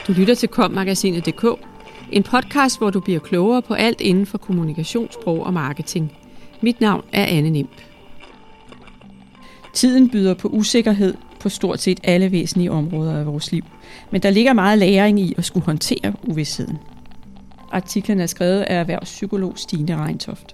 Du lytter til kommagasinet.dk, en podcast, hvor du bliver klogere på alt inden for kommunikationssprog og marketing. Mit navn er Anne Nimb. Tiden byder på usikkerhed på stort set alle væsentlige områder af vores liv, men der ligger meget læring i at skulle håndtere uvisheden. Artiklen er skrevet af erhvervspsykolog Stine Reintoft.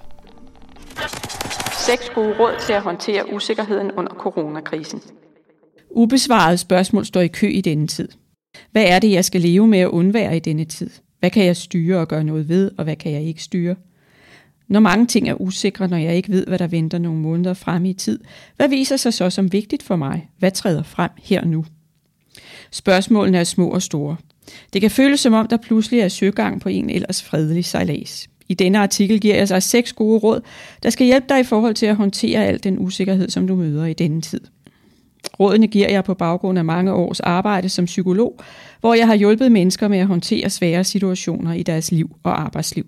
6 gode råd til at håndtere usikkerheden under coronakrisen. Ubesvarede spørgsmål står i kø i denne tid. Hvad er det, jeg skal leve med at undvære i denne tid? Hvad kan jeg styre og gøre noget ved, og hvad kan jeg ikke styre? Når mange ting er usikre, når jeg ikke ved, hvad der venter nogle måneder frem i tid, hvad viser sig så som vigtigt for mig? Hvad træder frem her og nu? Spørgsmålene er små og store. Det kan føles som om, der pludselig er søgang på en ellers fredelig sejlads. I denne artikel giver jeg dig 6 gode råd, der skal hjælpe dig i forhold til at håndtere al den usikkerhed, som du møder i denne tid. Rådene giver jeg på baggrund af mange års arbejde som psykolog, hvor jeg har hjulpet mennesker med at håndtere svære situationer i deres liv og arbejdsliv.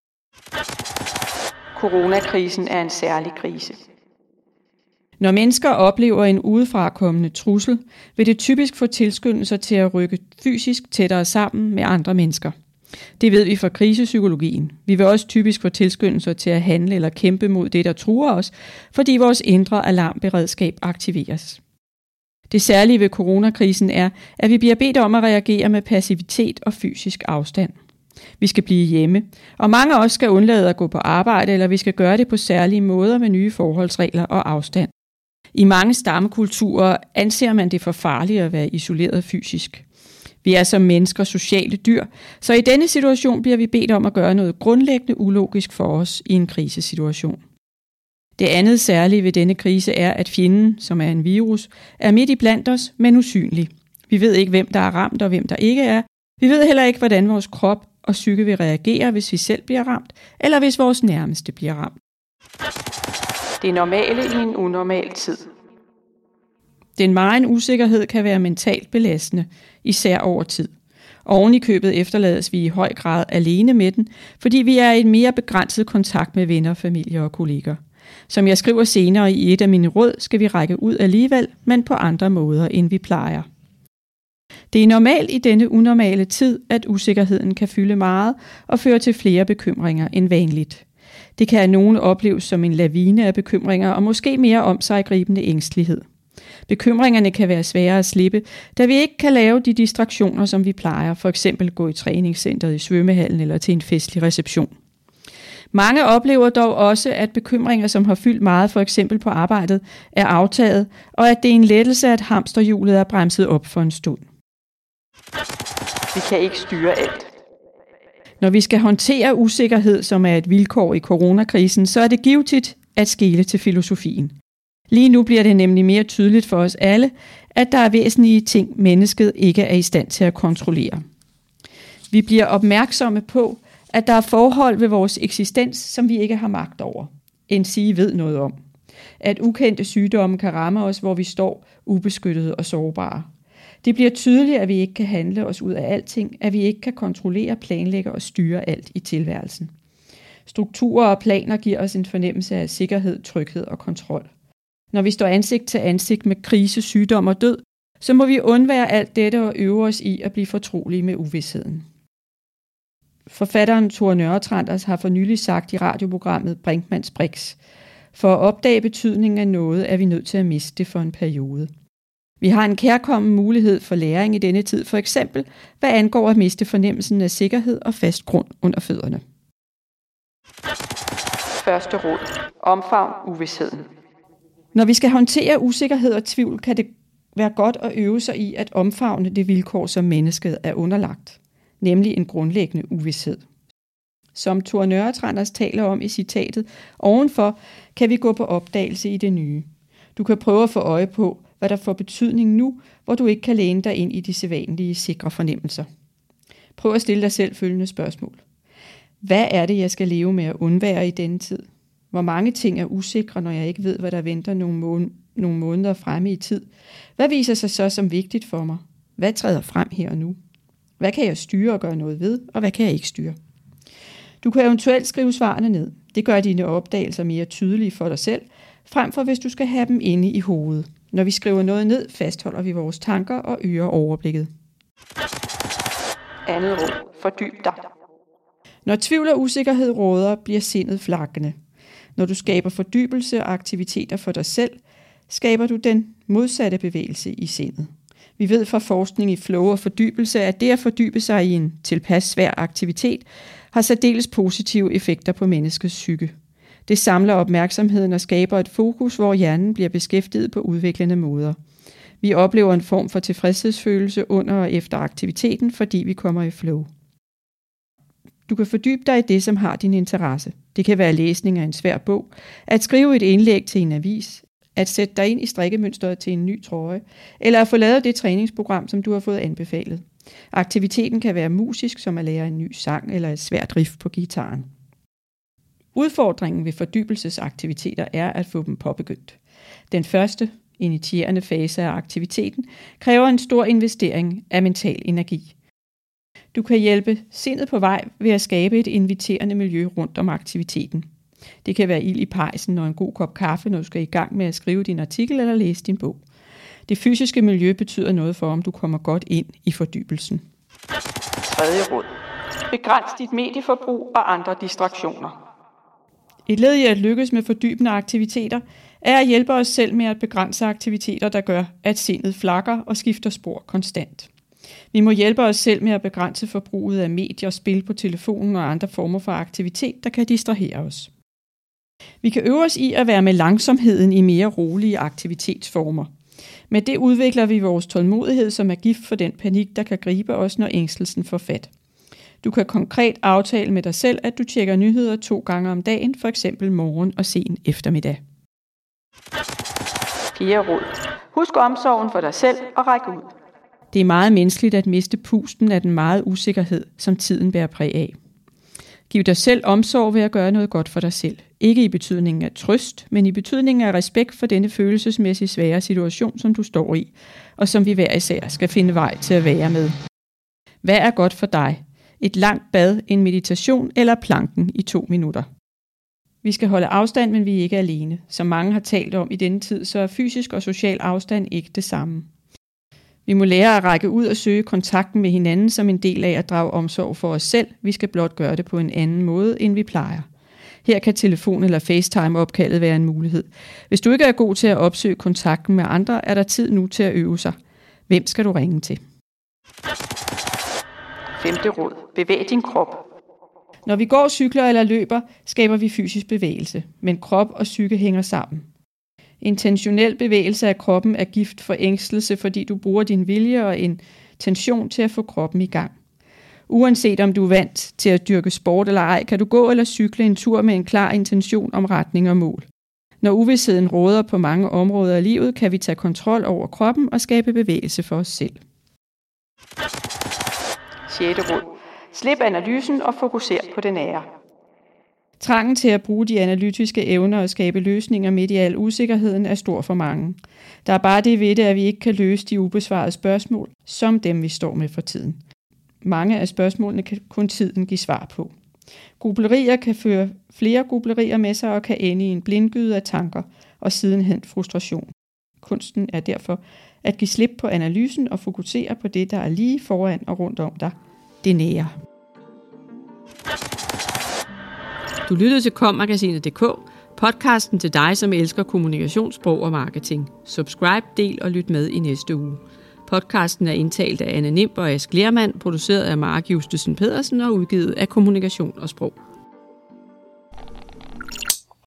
Coronakrisen er en særlig krise. Når mennesker oplever en udefrakommende trussel, vil det typisk få tilskyndelser til at rykke fysisk tættere sammen med andre mennesker. Det ved vi fra krisepsykologien. Vi vil også typisk få tilskyndelser til at handle eller kæmpe mod det, der truer os, fordi vores indre alarmberedskab aktiveres. Det særlige ved coronakrisen er, at vi bliver bedt om at reagere med passivitet og fysisk afstand. Vi skal blive hjemme, og mange af os skal undlade at gå på arbejde, eller vi skal gøre det på særlige måder med nye forholdsregler og afstand. I mange stammekulturer anser man det for farligt at være isoleret fysisk. Vi er som mennesker sociale dyr, så i denne situation bliver vi bedt om at gøre noget grundlæggende ulogisk for os i en krisesituation. Det andet særlige ved denne krise er, at fjenden, som er en virus, er midt i blandt os, men usynlig. Vi ved ikke, hvem der er ramt og hvem der ikke er. Vi ved heller ikke, hvordan vores krop og psyke vil reagere, hvis vi selv bliver ramt, eller hvis vores nærmeste bliver ramt. Det normale i en unormal tid. Den megen usikkerhed kan være mentalt belastende, især over tid. Oven i købet efterlades vi i høj grad alene med den, fordi vi er i en mere begrænset kontakt med venner, familie og kolleger. Som jeg skriver senere i et af mine råd, skal vi række ud alligevel, men på andre måder, end vi plejer. Det er normalt i denne unormale tid, at usikkerheden kan fylde meget og føre til flere bekymringer end vanligt. Det kan af nogen opleves som en lavine af bekymringer og måske mere omsiggribende ængstelighed. Bekymringerne kan være svære at slippe, da vi ikke kan lave de distraktioner, som vi plejer, for eksempel gå i træningscenteret, i svømmehallen eller til en festlig reception. Mange oplever dog også, at bekymringer, som har fyldt meget, for eksempel på arbejdet, er aftaget, og at det er en lettelse, at hamsterhjulet er bremset op for en stund. Vi kan ikke styre alt. Når vi skal håndtere usikkerhed, som er et vilkår i coronakrisen, så er det givtigt at skele til filosofien. Lige nu bliver det nemlig mere tydeligt for os alle, at der er væsentlige ting, mennesket ikke er i stand til at kontrollere. Vi bliver opmærksomme på, at der er forhold ved vores eksistens, som vi ikke har magt over, endsige ved noget om. At ukendte sygdomme kan ramme os, hvor vi står ubeskyttede og sårbare. Det bliver tydeligt, at vi ikke kan handle os ud af alting, at vi ikke kan kontrollere, planlægge og styre alt i tilværelsen. Strukturer og planer giver os en fornemmelse af sikkerhed, tryghed og kontrol. Når vi står ansigt til ansigt med krise, sygdom og død, så må vi undvære alt dette og øve os i at blive fortrolige med uvisheden. Forfatteren Tor Nørretranders har for nylig sagt i radioprogrammet Brinkmanns Brix: for at opdage betydningen af noget, er vi nødt til at miste det for en periode. Vi har en kærkommen mulighed for læring i denne tid, for eksempel hvad angår at miste fornemmelsen af sikkerhed og fast grund under fødderne. Første råd. Omfavn uvisheden. Når vi skal håndtere usikkerhed og tvivl, kan det være godt at øve sig i at omfavne det vilkår, som mennesket er underlagt, nemlig en grundlæggende uvished. Som Tor Nørretranders taler om i citatet ovenfor, kan vi gå på opdagelse i det nye. Du kan prøve at få øje på, hvad der får betydning nu, hvor du ikke kan læne dig ind i de sædvanlige sikre fornemmelser. Prøv at stille dig selv følgende spørgsmål. Hvad er det, jeg skal leve med at undvære i denne tid? Hvor mange ting er usikre, når jeg ikke ved, hvad der venter nogle måneder fremme i tid? Hvad viser sig så som vigtigt for mig? Hvad træder frem her og nu? Hvad kan jeg styre og gøre noget ved, og hvad kan jeg ikke styre? Du kan eventuelt skrive svarene ned. Det gør dine opdagelser mere tydelige for dig selv, frem for hvis du skal have dem inde i hovedet. Når vi skriver noget ned, fastholder vi vores tanker og øger overblikket. Andet råd. Fordyb dig. Når tvivl og usikkerhed råder, bliver sindet flakkende. Når du skaber fordybelse og aktiviteter for dig selv, skaber du den modsatte bevægelse i sindet. Vi ved fra forskning i flow og fordybelse, at det at fordybe sig i en tilpas svær aktivitet har særdeles positive effekter på menneskets psyke. Det samler opmærksomheden og skaber et fokus, hvor hjernen bliver beskæftiget på udviklende måder. Vi oplever en form for tilfredshedsfølelse under og efter aktiviteten, fordi vi kommer i flow. Du kan fordybe dig i det, som har din interesse. Det kan være læsning af en svær bog, at skrive et indlæg til en avis, at sætte dig ind i strikkemønstret til en ny trøje, eller at få lavet det træningsprogram, som du har fået anbefalet. Aktiviteten kan være musisk, som at lære en ny sang eller et svært riff på guitaren. Udfordringen ved fordybelsesaktiviteter er at få dem påbegyndt. Den første, initierende fase af aktiviteten kræver en stor investering af mental energi. Du kan hjælpe sindet på vej ved at skabe et inviterende miljø rundt om aktiviteten. Det kan være ild i pejsen og en god kop kaffe, når du skal i gang med at skrive din artikel eller læse din bog. Det fysiske miljø betyder noget for, om du kommer godt ind i fordybelsen. Tredje råd. Begræns dit medieforbrug og andre distraktioner. Et led i at lykkes med fordybende aktiviteter er at hjælpe os selv med at begrænse aktiviteter, der gør, at sindet flakker og skifter spor konstant. Vi må hjælpe os selv med at begrænse forbruget af medier, spil på telefonen og andre former for aktivitet, der kan distrahere os. Vi kan øve os i at være med langsomheden i mere rolige aktivitetsformer. Med det udvikler vi vores tålmodighed, som er gift for den panik, der kan gribe os, når ængstelsen får fat. Du kan konkret aftale med dig selv, at du tjekker nyheder 2 gange om dagen, f.eks. morgen og sen eftermiddag. 4 råd. Husk omsorgen for dig selv og ræk ud. Det er meget menneskeligt at miste pusten af den meget usikkerhed, som tiden bærer præg af. Giv dig selv omsorg ved at gøre noget godt for dig selv. Ikke i betydningen af trøst, men i betydningen af respekt for denne følelsesmæssigt svære situation, som du står i, og som vi hver især skal finde vej til at være med. Hvad er godt for dig? Et langt bad, en meditation eller planken i 2 minutter? Vi skal holde afstand, men vi er ikke alene. Som mange har talt om i denne tid, så er fysisk og social afstand ikke det samme. Vi må lære at række ud og søge kontakten med hinanden som en del af at drage omsorg for os selv. Vi skal blot gøre det på en anden måde, end vi plejer. Her kan telefon- eller FaceTime-opkaldet være en mulighed. Hvis du ikke er god til at opsøge kontakten med andre, er der tid nu til at øve sig. Hvem skal du ringe til? 5. råd. Bevæg din krop. Når vi går, cykler eller løber, skaber vi fysisk bevægelse, men krop og psyke hænger sammen. Intentionel bevægelse af kroppen er gift for ængstelse, fordi du bruger din vilje og intention til at få kroppen i gang. Uanset om du er vant til at dyrke sport eller ej, kan du gå eller cykle en tur med en klar intention om retning og mål. Når uvisheden råder på mange områder af livet, kan vi tage kontrol over kroppen og skabe bevægelse for os selv. 6. råd. Slip analysen og fokuser på det nære. Trangen til at bruge de analytiske evner og skabe løsninger midt i al usikkerheden er stor for mange. Der er bare det ved det, at vi ikke kan løse de ubesvarede spørgsmål, som dem vi står med for tiden. Mange af spørgsmålene kan kun tiden give svar på. Grublerier kan føre flere grublerier med sig og kan ende i en blindgyde af tanker og sidenhen frustration. Kunsten er derfor at give slip på analysen og fokusere på det, der er lige foran og rundt om dig. Det nære. Du lyttede til kommagasinet.dk, podcasten til dig, som elsker kommunikation, sprog og marketing. Subscribe, del og lyt med i næste uge. Podcasten er indtalt af Anne Nimb og Ask Lermand, produceret af Mark Justesen Pedersen og udgivet af Kommunikation og Sprog.